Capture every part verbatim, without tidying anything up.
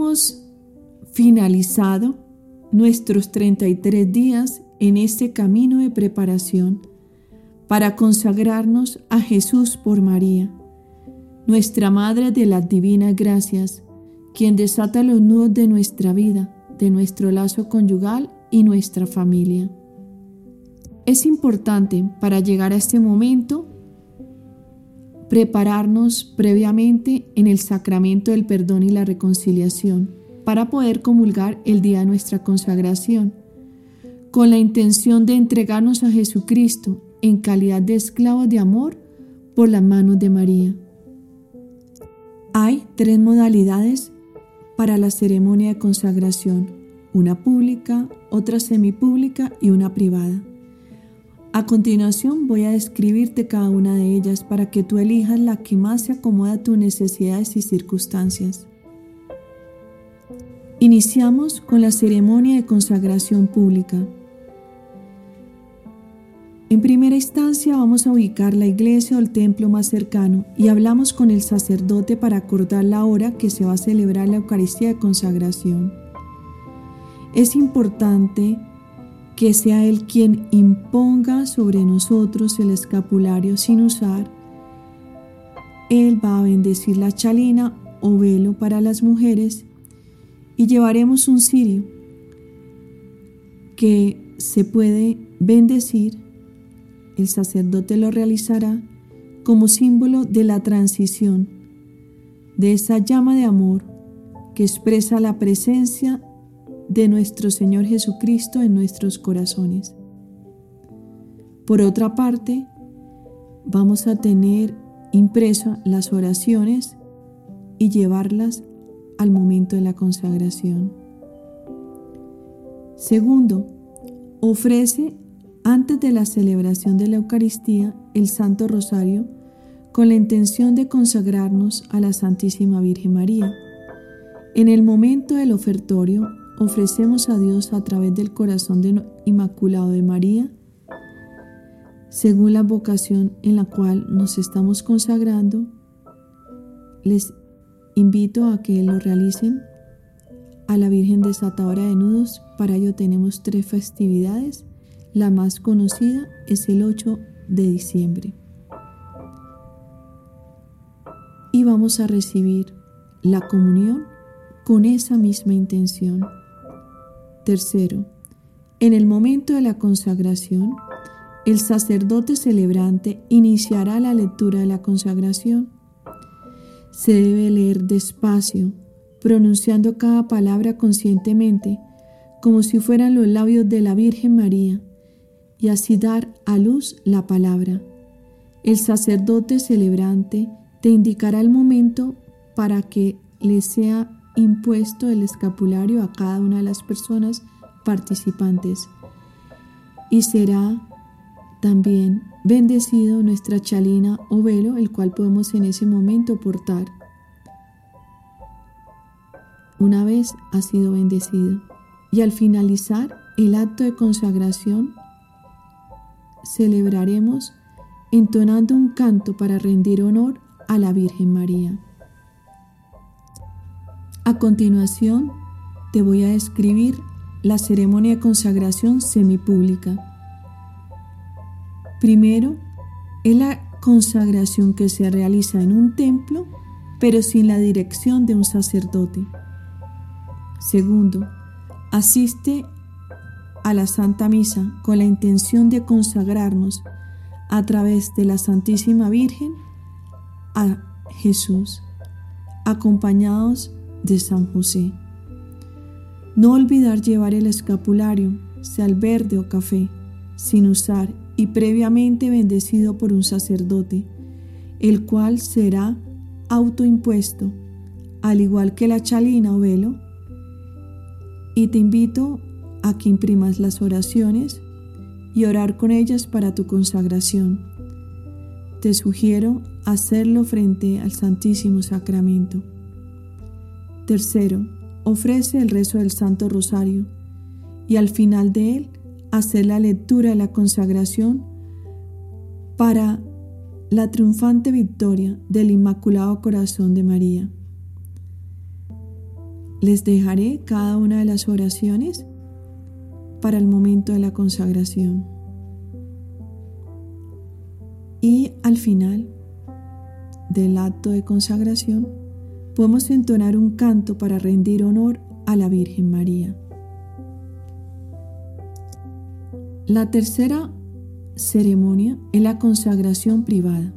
hemos finalizado nuestros treinta y tres días en este camino de preparación para consagrarnos a Jesús por María, nuestra Madre de las Divinas Gracias, quien desata los nudos de nuestra vida, de nuestro lazo conyugal y nuestra familia. Es importante para llegar a este momento prepararnos previamente en el sacramento del perdón y la reconciliación para poder comulgar el día de nuestra consagración, con la intención de entregarnos a Jesucristo en calidad de esclavos de amor por las manos de María. Hay tres modalidades para la ceremonia de consagración, una pública, otra semipública y una privada. A continuación voy a describirte cada una de ellas para que tú elijas la que más se acomoda a tus necesidades y circunstancias. Iniciamos con la ceremonia de consagración pública. En primera instancia vamos a ubicar la iglesia o el templo más cercano y hablamos con el sacerdote para acordar la hora que se va a celebrar la Eucaristía de consagración. Es importante que sea Él quien imponga sobre nosotros el escapulario sin usar. Él va a bendecir la chalina o velo para las mujeres y llevaremos un cirio que se puede bendecir. El sacerdote lo realizará como símbolo de la transición, de esa llama de amor que expresa la presencia de nuestro Señor Jesucristo en nuestros corazones. Por otra parte, vamos a tener impresas las oraciones y llevarlas al momento de la consagración. Segundo, ofrece antes de la celebración de la Eucaristía el Santo Rosario con la intención de consagrarnos a la Santísima Virgen María. En el momento del ofertorio ofrecemos a Dios a través del corazón de Inmaculado de María, según la vocación en la cual nos estamos consagrando. Les invito a que lo realicen a la Virgen Desatadora de Nudos. Para ello tenemos tres festividades. La más conocida es el ocho de diciembre. Y vamos a recibir la comunión con esa misma intención. Tercero, en el momento de la consagración, el sacerdote celebrante iniciará la lectura de la consagración. Se debe leer despacio, pronunciando cada palabra conscientemente, como si fueran los labios de la Virgen María, y así dar a luz la palabra. El sacerdote celebrante te indicará el momento para que le sea impuesto el escapulario a cada una de las personas participantes y será también bendecido nuestra chalina o velo, el cual podemos en ese momento portar una vez ha sido bendecido. Y al finalizar el acto de consagración celebraremos entonando un canto para rendir honor a la Virgen María. A continuación, te voy a describir la ceremonia de consagración semipública. Primero, es la consagración que se realiza en un templo, pero sin la dirección de un sacerdote. Segundo, asiste a la Santa Misa con la intención de consagrarnos a través de la Santísima Virgen a Jesús, acompañados de San José. No olvidar llevar el escapulario, sea el verde o café, sin usar y previamente bendecido por un sacerdote, el cual será autoimpuesto, al igual que la chalina o velo. Y te invito a que imprimas las oraciones y orar con ellas para tu consagración. Te sugiero hacerlo frente al Santísimo Sacramento. Tercero, ofrece el rezo del Santo Rosario y al final de él hacer la lectura de la consagración para la triunfante victoria del Inmaculado Corazón de María. les dejaré cada una de las oraciones para el momento de la consagración. Y al final del acto de consagración podemos entonar un canto para rendir honor a la Virgen María. La tercera ceremonia es la consagración privada.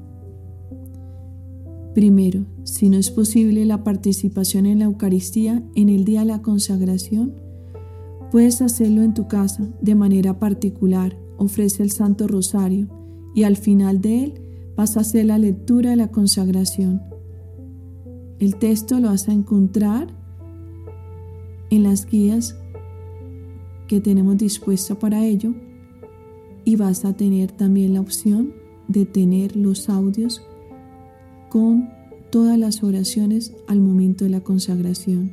Primero, si no es posible la participación en la Eucaristía en el día de la consagración, puedes hacerlo en tu casa de manera particular. Ofrece el Santo Rosario y al final de él vas a hacer la lectura de la consagración. El texto lo vas a encontrar en las guías que tenemos dispuestas para ello y vas a tener también la opción de tener los audios con todas las oraciones al momento de la consagración.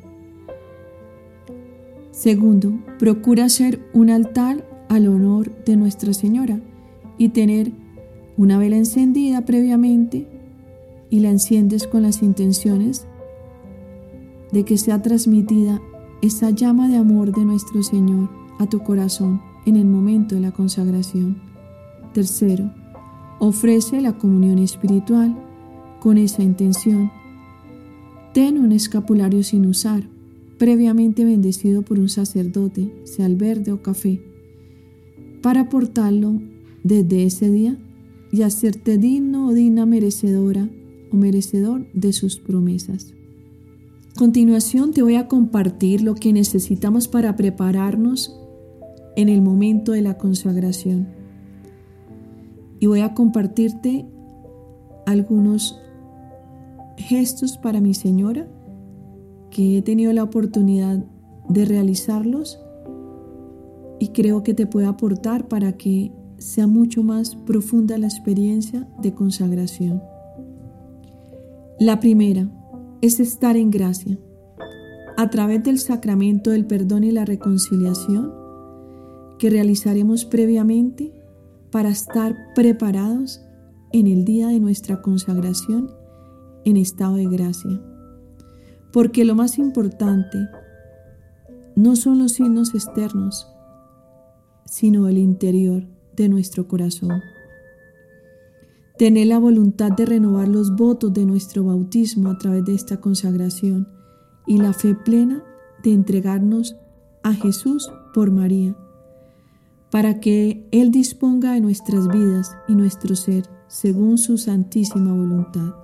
Segundo, procura hacer un altar al honor de Nuestra Señora y tener una vela encendida previamente y la enciendes con las intenciones de que sea transmitida esa llama de amor de nuestro Señor a tu corazón en el momento de la consagración. Tercero, ofrece la comunión espiritual con esa intención. Ten un escapulario sin usar, previamente bendecido por un sacerdote, sea el verde o café, para portarlo desde ese día y hacerte digno o digna merecedora o merecedor de sus promesas. A continuación te voy a compartir lo que necesitamos para prepararnos en el momento de la consagración. Y voy a compartirte algunos gestos para mi señora que he tenido la oportunidad de realizarlos y creo que te puede aportar para que sea mucho más profunda la experiencia de consagración. La primera es estar en gracia. A través del sacramento del perdón y la reconciliación que realizaremos previamente para estar preparados en el día de nuestra consagración en estado de gracia. Porque lo más importante no son los signos externos, sino el interior de nuestro corazón. Tener la voluntad de renovar los votos de nuestro bautismo a través de esta consagración y la fe plena de entregarnos a Jesús por María, para que Él disponga de nuestras vidas y nuestro ser según su santísima voluntad.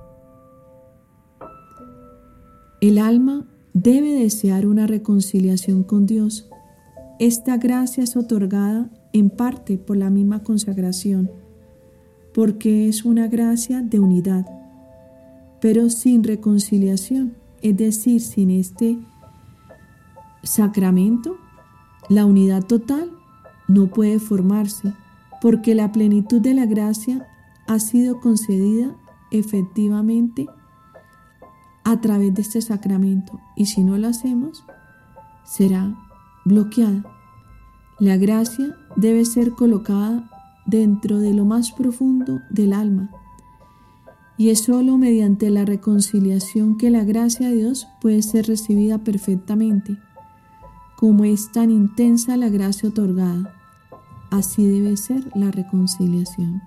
El alma debe desear una reconciliación con Dios. Esta gracia es otorgada en parte por la misma consagración, porque es una gracia de unidad, pero sin reconciliación, es decir, sin este sacramento, la unidad total no puede formarse, porque la plenitud de la gracia ha sido concedida efectivamente a través de este sacramento, y si no lo hacemos, será bloqueada. La gracia debe ser colocada dentro de lo más profundo del alma, y es solo mediante la reconciliación que la gracia de Dios puede ser recibida perfectamente. Como es tan intensa la gracia otorgada, así debe ser la reconciliación.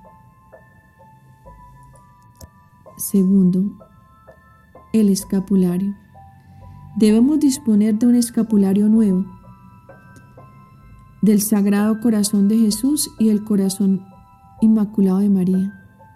Segundo, el escapulario. Debemos disponer de un escapulario nuevo, del Sagrado Corazón de Jesús y el Corazón Inmaculado de María.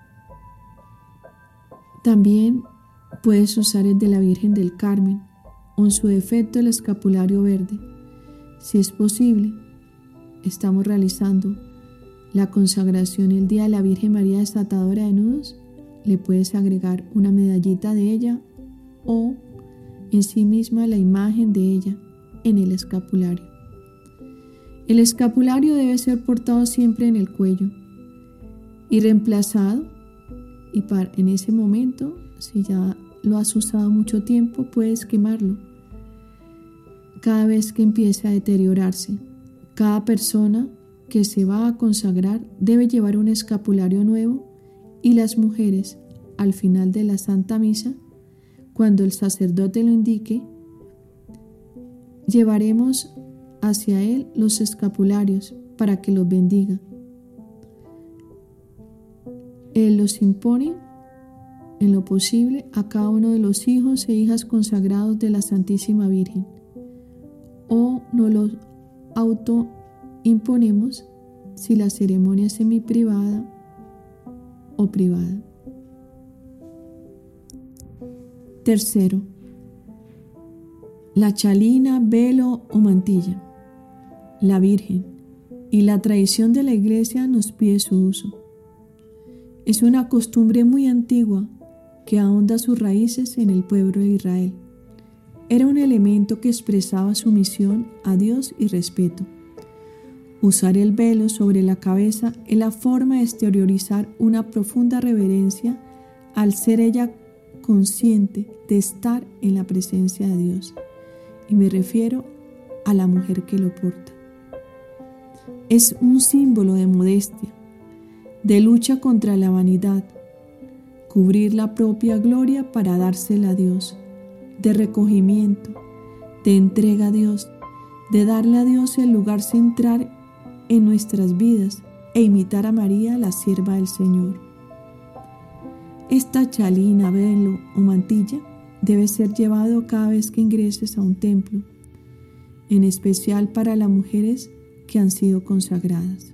También puedes usar el de la Virgen del Carmen o en su defecto el escapulario verde. Si es posible, estamos realizando la consagración el día de la Virgen María Desatadora de Nudos, le puedes agregar una medallita de ella o en sí misma la imagen de ella en el escapulario. El escapulario debe ser portado siempre en el cuello y reemplazado, y para, en ese momento, si ya lo has usado mucho tiempo, puedes quemarlo cada vez que empiece a deteriorarse. Cada persona que se va a consagrar debe llevar un escapulario nuevo, y las mujeres, al final de la Santa Misa, cuando el sacerdote lo indique, llevaremos hacia él los escapularios para que los bendiga. Él los impone en lo posible a cada uno de los hijos e hijas consagrados de la Santísima Virgen, o no los autoimponemos si la ceremonia es semiprivada o privada. Tercero, la chalina, velo o mantilla. La Virgen y la tradición de la Iglesia nos pide su uso. Es una costumbre muy antigua que ahonda sus raíces en el pueblo de Israel. Era un elemento que expresaba sumisión a Dios y respeto. Usar el velo sobre la cabeza es la forma de exteriorizar una profunda reverencia al ser ella consciente de estar en la presencia de Dios. Y me refiero a la mujer que lo porta. Es un símbolo de modestia, de lucha contra la vanidad, cubrir la propia gloria para dársela a Dios, de recogimiento, de entrega a Dios, de darle a Dios el lugar central en nuestras vidas e imitar a María, la sierva del Señor. Esta chalina, velo o mantilla debe ser llevado cada vez que ingreses a un templo, en especial para las mujeres que han sido consagradas.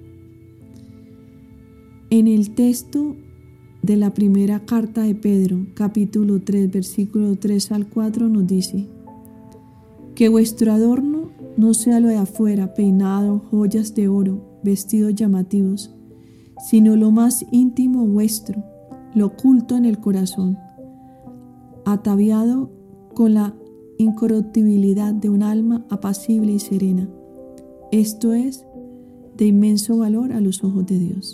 En el texto de la primera carta de Pedro, capítulo tres, versículo tres al cuatro, nos dice: que vuestro adorno no sea lo de afuera, peinado, joyas de oro, vestidos llamativos, sino lo más íntimo vuestro, lo oculto en el corazón, ataviado con la incorruptibilidad de un alma apacible y serena. Esto es de inmenso valor a los ojos de Dios.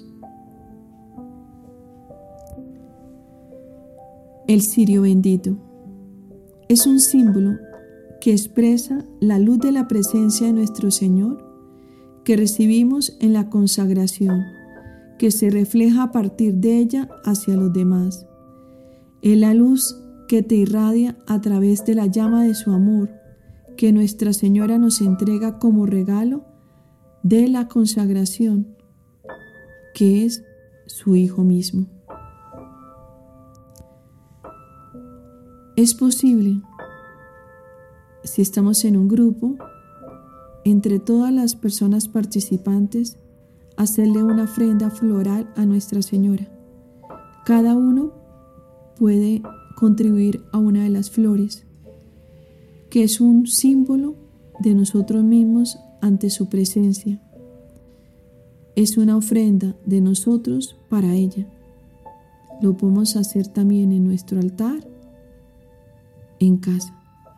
El cirio bendito es un símbolo que expresa la luz de la presencia de nuestro Señor que recibimos en la consagración, que se refleja a partir de ella hacia los demás. Es la luz que te irradia a través de la llama de su amor, que Nuestra Señora nos entrega como regalo de la consagración, que es su Hijo mismo. Es posible, si estamos en un grupo, entre todas las personas participantes, hacerle una ofrenda floral a Nuestra Señora. Cada uno puede contribuir a una de las flores, que es un símbolo de nosotros mismos ante su presencia. Es una ofrenda de nosotros para ella. Lo podemos hacer también en nuestro altar, en casa.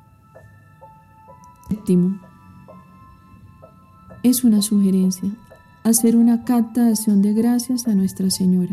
Séptimo, es una sugerencia, hacer una carta de acción de gracias a Nuestra Señora.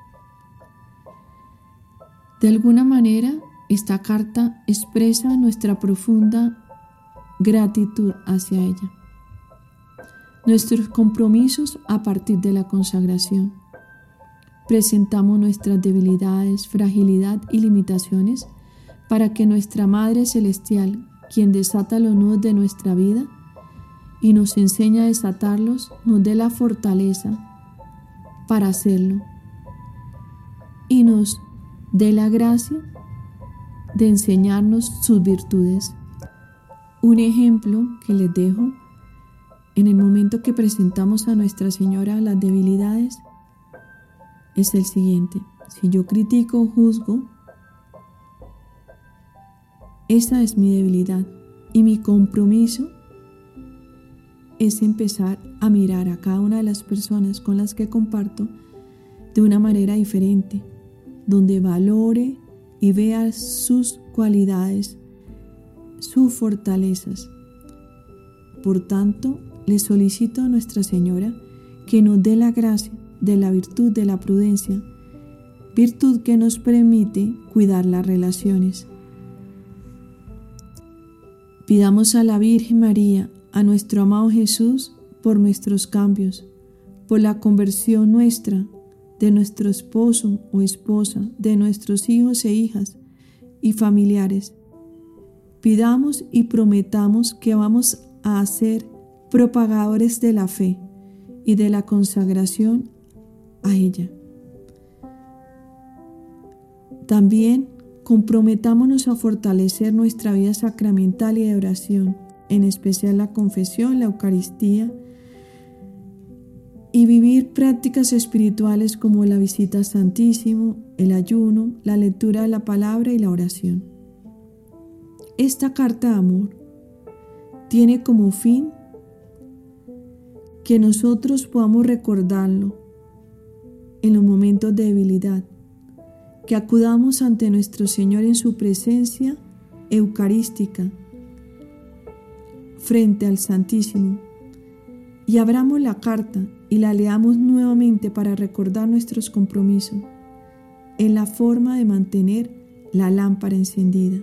De alguna manera, esta carta expresa nuestra profunda gratitud hacia ella, nuestros compromisos a partir de la consagración. Presentamos nuestras debilidades, fragilidad y limitaciones para que nuestra Madre Celestial, quien desata los nudos de nuestra vida y nos enseña a desatarlos, nos dé la fortaleza para hacerlo y nos dé la gracia de enseñarnos sus virtudes. Un ejemplo que les dejo: en el momento que presentamos a Nuestra Señora las debilidades, es el siguiente: si yo critico o juzgo, esa es mi debilidad, y mi compromiso es empezar a mirar a cada una de las personas con las que comparto de una manera diferente, donde valore y vea sus cualidades, sus fortalezas. Por tanto, le solicito a Nuestra Señora que nos dé la gracia de la virtud de la prudencia, virtud que nos permite cuidar las relaciones. Pidamos a la Virgen María, a nuestro amado Jesús, por nuestros cambios, por la conversión nuestra, de nuestro esposo o esposa, de nuestros hijos e hijas y familiares, pidamos y prometamos que vamos a ser propagadores de la fe y de la consagración a ella. También comprometámonos a fortalecer nuestra vida sacramental y de oración, en especial la confesión, la Eucaristía, y vivir prácticas espirituales como la visita al Santísimo, el ayuno, la lectura de la palabra y la oración. Esta carta de amor tiene como fin que nosotros podamos recordarlo en los momentos de debilidad, que acudamos ante nuestro Señor en su presencia eucarística frente al Santísimo y abramos la carta y la leamos nuevamente para recordar nuestros compromisos. Es la forma de mantener la lámpara encendida.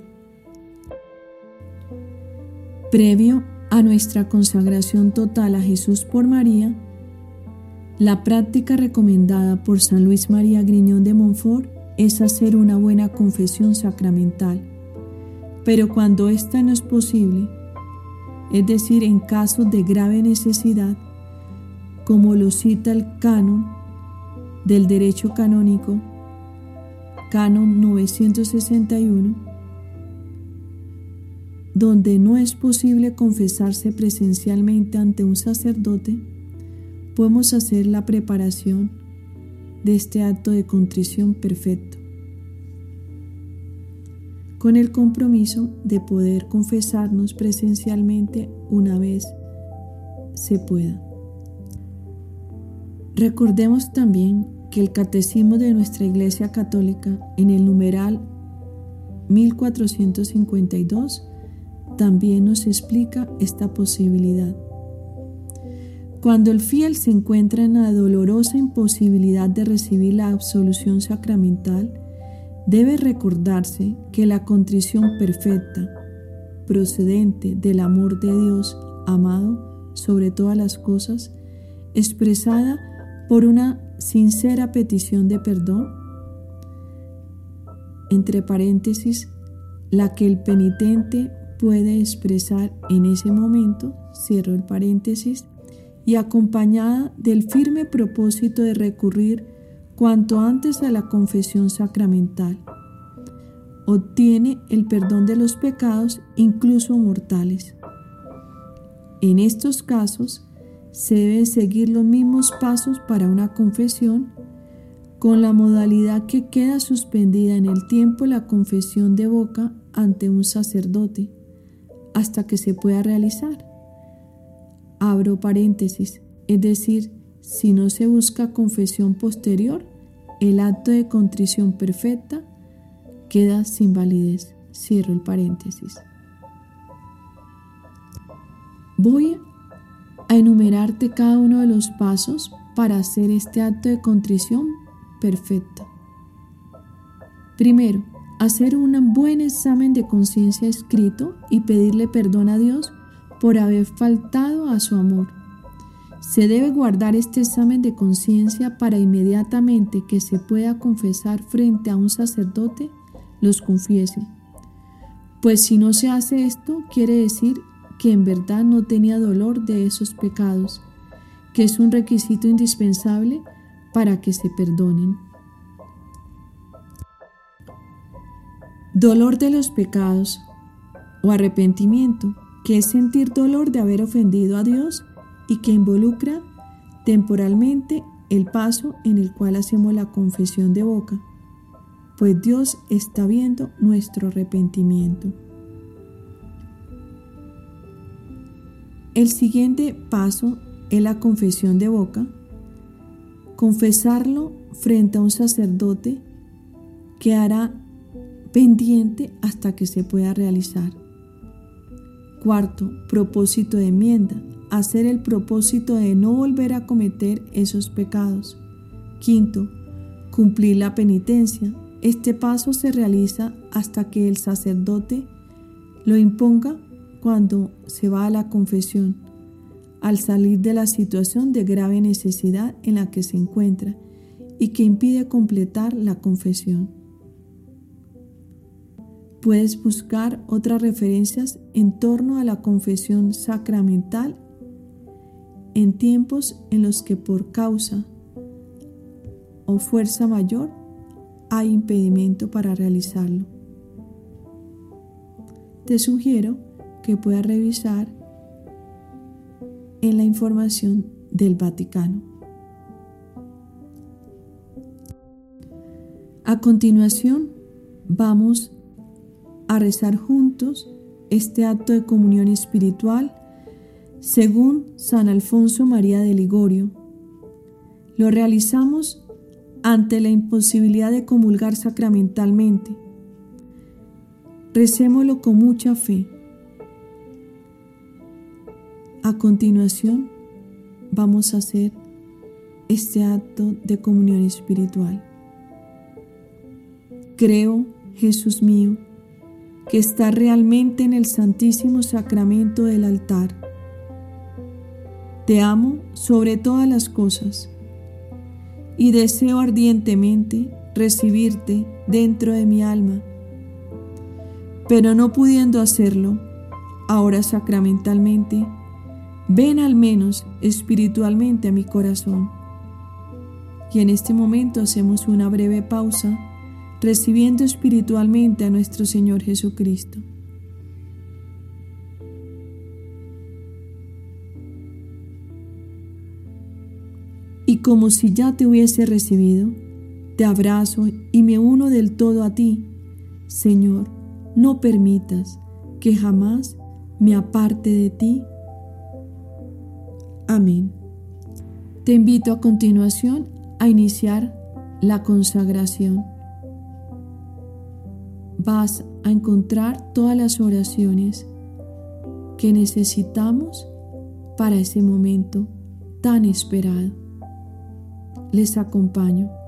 Previo a nuestra consagración total a Jesús por María, la práctica recomendada por San Luis María Griñón de Montfort es hacer una buena confesión sacramental, pero cuando ésta no es posible, es decir, en casos de grave necesidad, como lo cita el canon del derecho canónico, canon novecientos sesenta y uno, donde no es posible confesarse presencialmente ante un sacerdote, podemos hacer la preparación de este acto de contrición perfecto, con el compromiso de poder confesarnos presencialmente una vez se pueda. Recordemos también que el Catecismo de nuestra Iglesia Católica, en el numeral mil cuatrocientos cincuenta y dos, también nos explica esta posibilidad. Cuando el fiel se encuentra en la dolorosa imposibilidad de recibir la absolución sacramental, debe recordarse que la contrición perfecta, procedente del amor de Dios amado sobre todas las cosas, expresada por una sincera petición de perdón, entre paréntesis, la que el penitente puede expresar en ese momento, cierro el paréntesis, y acompañada del firme propósito de recurrir cuanto antes a la confesión sacramental, obtiene el perdón de los pecados, incluso mortales. En estos casos, se deben seguir los mismos pasos para una confesión, con la modalidad que queda suspendida en el tiempo la confesión de boca ante un sacerdote, hasta que se pueda realizar. Abro paréntesis, es decir, si no se busca confesión posterior, el acto de contrición perfecta queda sin validez. Cierro el paréntesis. Voy a enumerarte cada uno de los pasos para hacer este acto de contrición perfecta. Primero, hacer un buen examen de conciencia escrito y pedirle perdón a Dios por haber faltado a su amor. Se debe guardar este examen de conciencia para inmediatamente que se pueda confesar frente a un sacerdote, los confiese. Pues si no se hace esto, quiere decir que en verdad no tenía dolor de esos pecados, que es un requisito indispensable para que se perdonen. Dolor de los pecados o arrepentimiento, que es sentir dolor de haber ofendido a Dios y que involucra temporalmente el paso en el cual hacemos la confesión de boca, pues Dios está viendo nuestro arrepentimiento. El siguiente paso es la confesión de boca, confesarlo frente a un sacerdote que hará pendiente hasta que se pueda realizar. Cuarto, propósito de enmienda, hacer el propósito de no volver a cometer esos pecados. Quinto, cumplir la penitencia. Este paso se realiza hasta que el sacerdote lo imponga cuando se va a la confesión, al salir de la situación de grave necesidad en la que se encuentra y que impide completar la confesión. Puedes buscar otras referencias en torno a la confesión sacramental en tiempos en los que por causa o fuerza mayor hay impedimento para realizarlo. Te sugiero que puedas revisar en la información del Vaticano. A continuación, vamos a rezar juntos este acto de comunión espiritual según San Alfonso María de Ligorio. Lo realizamos ante la imposibilidad de comulgar sacramentalmente. Recémoslo con mucha fe. A continuación, vamos a hacer este acto de comunión espiritual. Creo, Jesús mío, que está realmente en el Santísimo Sacramento del altar. Te amo sobre todas las cosas y deseo ardientemente recibirte dentro de mi alma, pero no pudiendo hacerlo ahora sacramentalmente, ven al menos espiritualmente a mi corazón. Y en este momento hacemos una breve pausa, recibiendo espiritualmente a nuestro Señor Jesucristo. Y como si ya te hubiese recibido, te abrazo y me uno del todo a ti. Señor, no permitas que jamás me aparte de ti. Amén. Te invito a continuación a iniciar la consagración. Vas a encontrar todas las oraciones que necesitamos para ese momento tan esperado. Les acompaño.